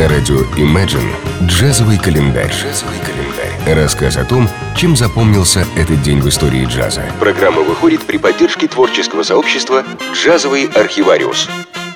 На радио Imagine «Джазовый календарь». Рассказ о том, чем запомнился этот день в истории джаза. Программа выходит при поддержке творческого сообщества «Джазовый архивариус».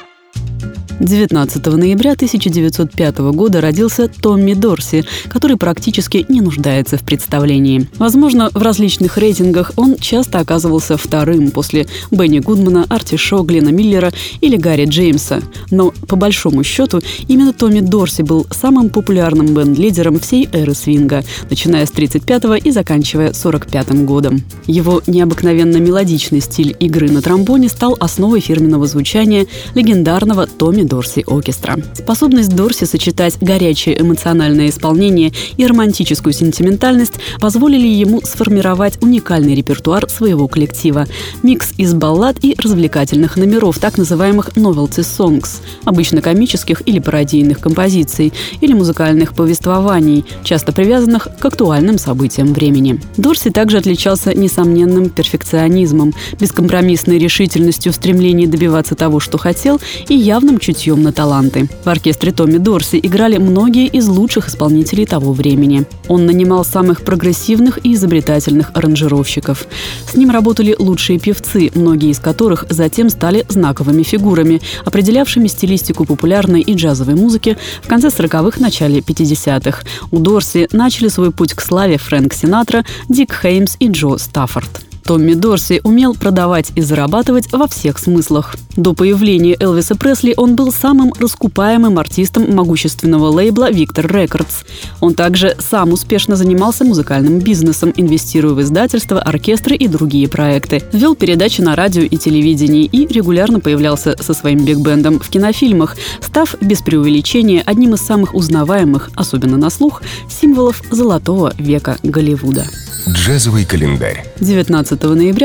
19 ноября 1905 года родился Томми Дорси, который практически не нуждается в представлении. Возможно, в различных рейтингах он часто оказывался вторым после Бенни Гудмана, Арти Шо, Глена Миллера или Гарри Джеймса. Но, по большому счету, именно Томми Дорси был самым популярным бенд-лидером всей эры свинга, начиная с 1935 и заканчивая 1945 годом. Его необыкновенно мелодичный стиль игры на тромбоне стал основой фирменного звучания легендарного Томми Дорси Оркестра. Способность Дорси сочетать горячее эмоциональное исполнение и романтическую сентиментальность позволили ему сформировать уникальный репертуар своего коллектива. Микс из баллад и развлекательных номеров, так называемых novelty songs, обычно комических или пародийных композиций, или музыкальных повествований, часто привязанных к актуальным событиям времени. Дорси также отличался несомненным перфекционизмом, бескомпромиссной решительностью в стремлении добиваться того, что хотел, и явным чутьем на таланты. В оркестре Томми Дорси играли многие из лучших исполнителей того времени. Он нанимал самых прогрессивных и изобретательных аранжировщиков. С ним работали лучшие певцы, многие из которых затем стали знаковыми фигурами, определявшими стилистику популярной и джазовой музыки в конце 40-х, начале 50-х. У Дорси начали свой путь к славе Фрэнк Синатра, Дик Хеймс и Джо Стаффорд. Томми Дорси умел продавать и зарабатывать во всех смыслах. До появления Элвиса Пресли он был самым раскупаемым артистом могущественного лейбла Victor Records. Он также сам успешно занимался музыкальным бизнесом, инвестируя в издательства, оркестры и другие проекты. Вел передачи на радио и телевидении и регулярно появлялся со своим биг-бендом в кинофильмах, став без преувеличения одним из самых узнаваемых, особенно на слух, символов золотого века Голливуда. Джазовый календарь. 19 ноября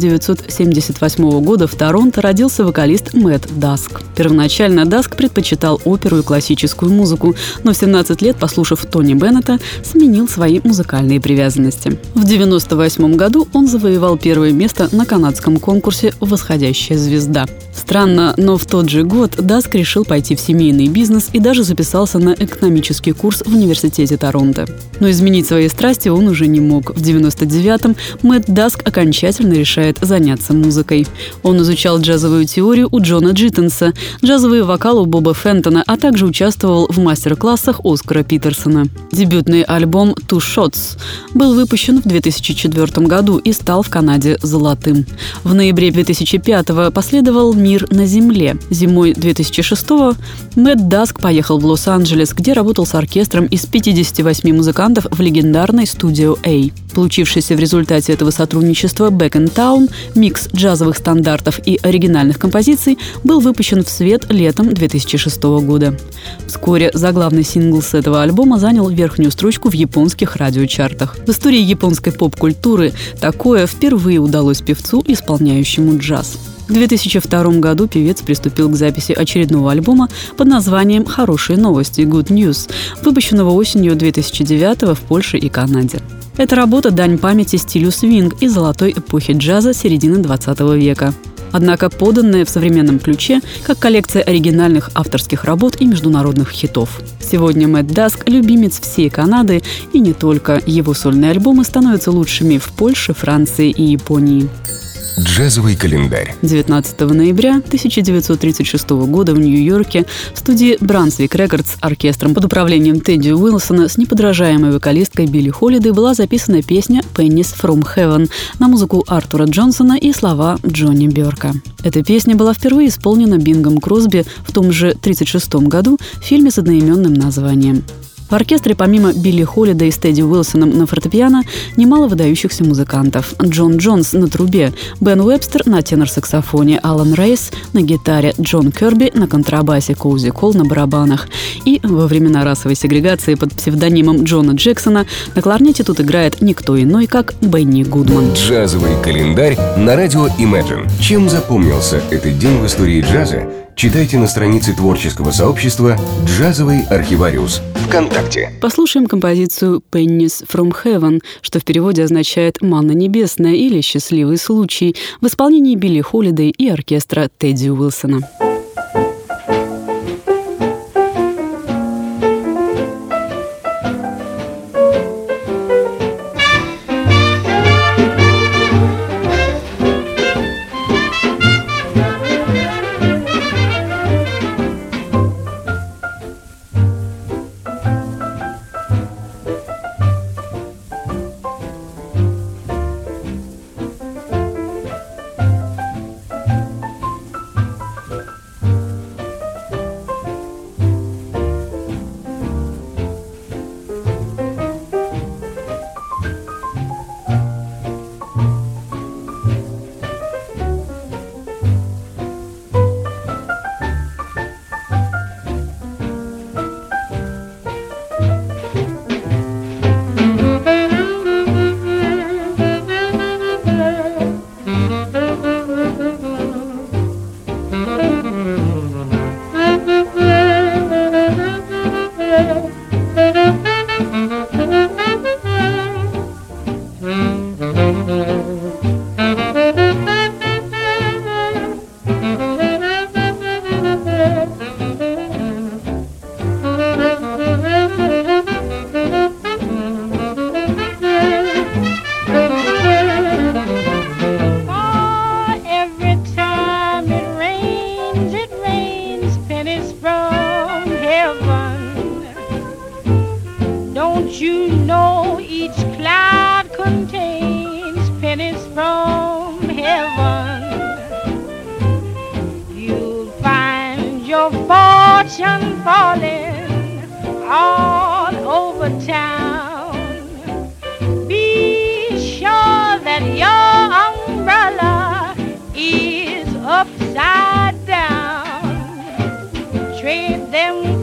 1978 года в Торонто родился вокалист Мэтт Даск. Первоначально Даск предпочитал оперу и классическую музыку, но в 17 лет, послушав Тони Беннета, сменил свои музыкальные привязанности. В 1998 году он завоевал первое место на канадском конкурсе «Восходящая звезда». Странно, но в тот же год Даск решил пойти в семейный бизнес и даже записался на экономический курс в университете Торонто. Но изменить свои страсти он уже не мог. В 1999-м Мэтт Даск окончательно решает заняться музыкой. Он изучал джазовую теорию у Джона Джиттенса, джазовый вокал у Боба Фентона, а также участвовал в мастер-классах Оскара Питерсона. Дебютный альбом «Two Shots» был выпущен в 2004 году и стал в Канаде золотым. В ноябре 2005-го последовал «Мир на земле». Зимой 2006-го Мэтт Даск поехал в Лос-Анджелес, где работал с оркестром из 58 музыкантов в легендарной студии A. Получившийся в результате этого сотрудничества «Back in Town» микс джазовых стандартов и оригинальных композиций был выпущен в свет летом 2006 года. Вскоре заглавный сингл с этого альбома занял верхнюю строчку в японских радиочартах. В истории японской поп-культуры такое впервые удалось певцу, исполняющему джаз. В 2002 году певец приступил к записи очередного альбома под названием «Хорошие новости» (Good News), выпущенного осенью 2009 в Польше и Канаде. Эта работа – дань памяти стилю свинг и золотой эпохи джаза середины 20 века. Однако поданная в современном ключе, как коллекция оригинальных авторских работ и международных хитов. Сегодня Мэтт Даск – любимец всей Канады, и не только. Его сольные альбомы становятся лучшими в Польше, Франции и Японии. Джазовый календарь. 19 ноября 1936 года в Нью-Йорке в студии Brunswick Records оркестром под управлением Тедди Уилсона с неподражаемой вокалисткой Билли Холидей была записана песня «Pennies from Heaven» на музыку Артура Джонсона и слова Джонни Бёрка. Эта песня была впервые исполнена Бингом Кросби в том же 1936 году в фильме с одноименным названием. В оркестре помимо Билли Холидей с Тедди Уилсоном на фортепиано немало выдающихся музыкантов. Джон Джонс на трубе, Бен Уэбстер на тенор-саксофоне, Алан Рейс на гитаре, Джон Керби на контрабасе, Коузи Кол на барабанах. И во времена расовой сегрегации под псевдонимом Джона Джексона на кларнете тут играет никто иной, как Бенни Гудман. Джазовый календарь на радио Imagine. Чем запомнился этот день в истории джаза? Читайте на странице творческого сообщества «Джазовый архивариус» ВКонтакте. Послушаем композицию «Pennies from Heaven», что в переводе означает «манна небесная» или «счастливый случай» в исполнении Билли Холидей и оркестра Тедди Уилсона. your fortune falling all over town. Be sure that your umbrella is upside down. Trade them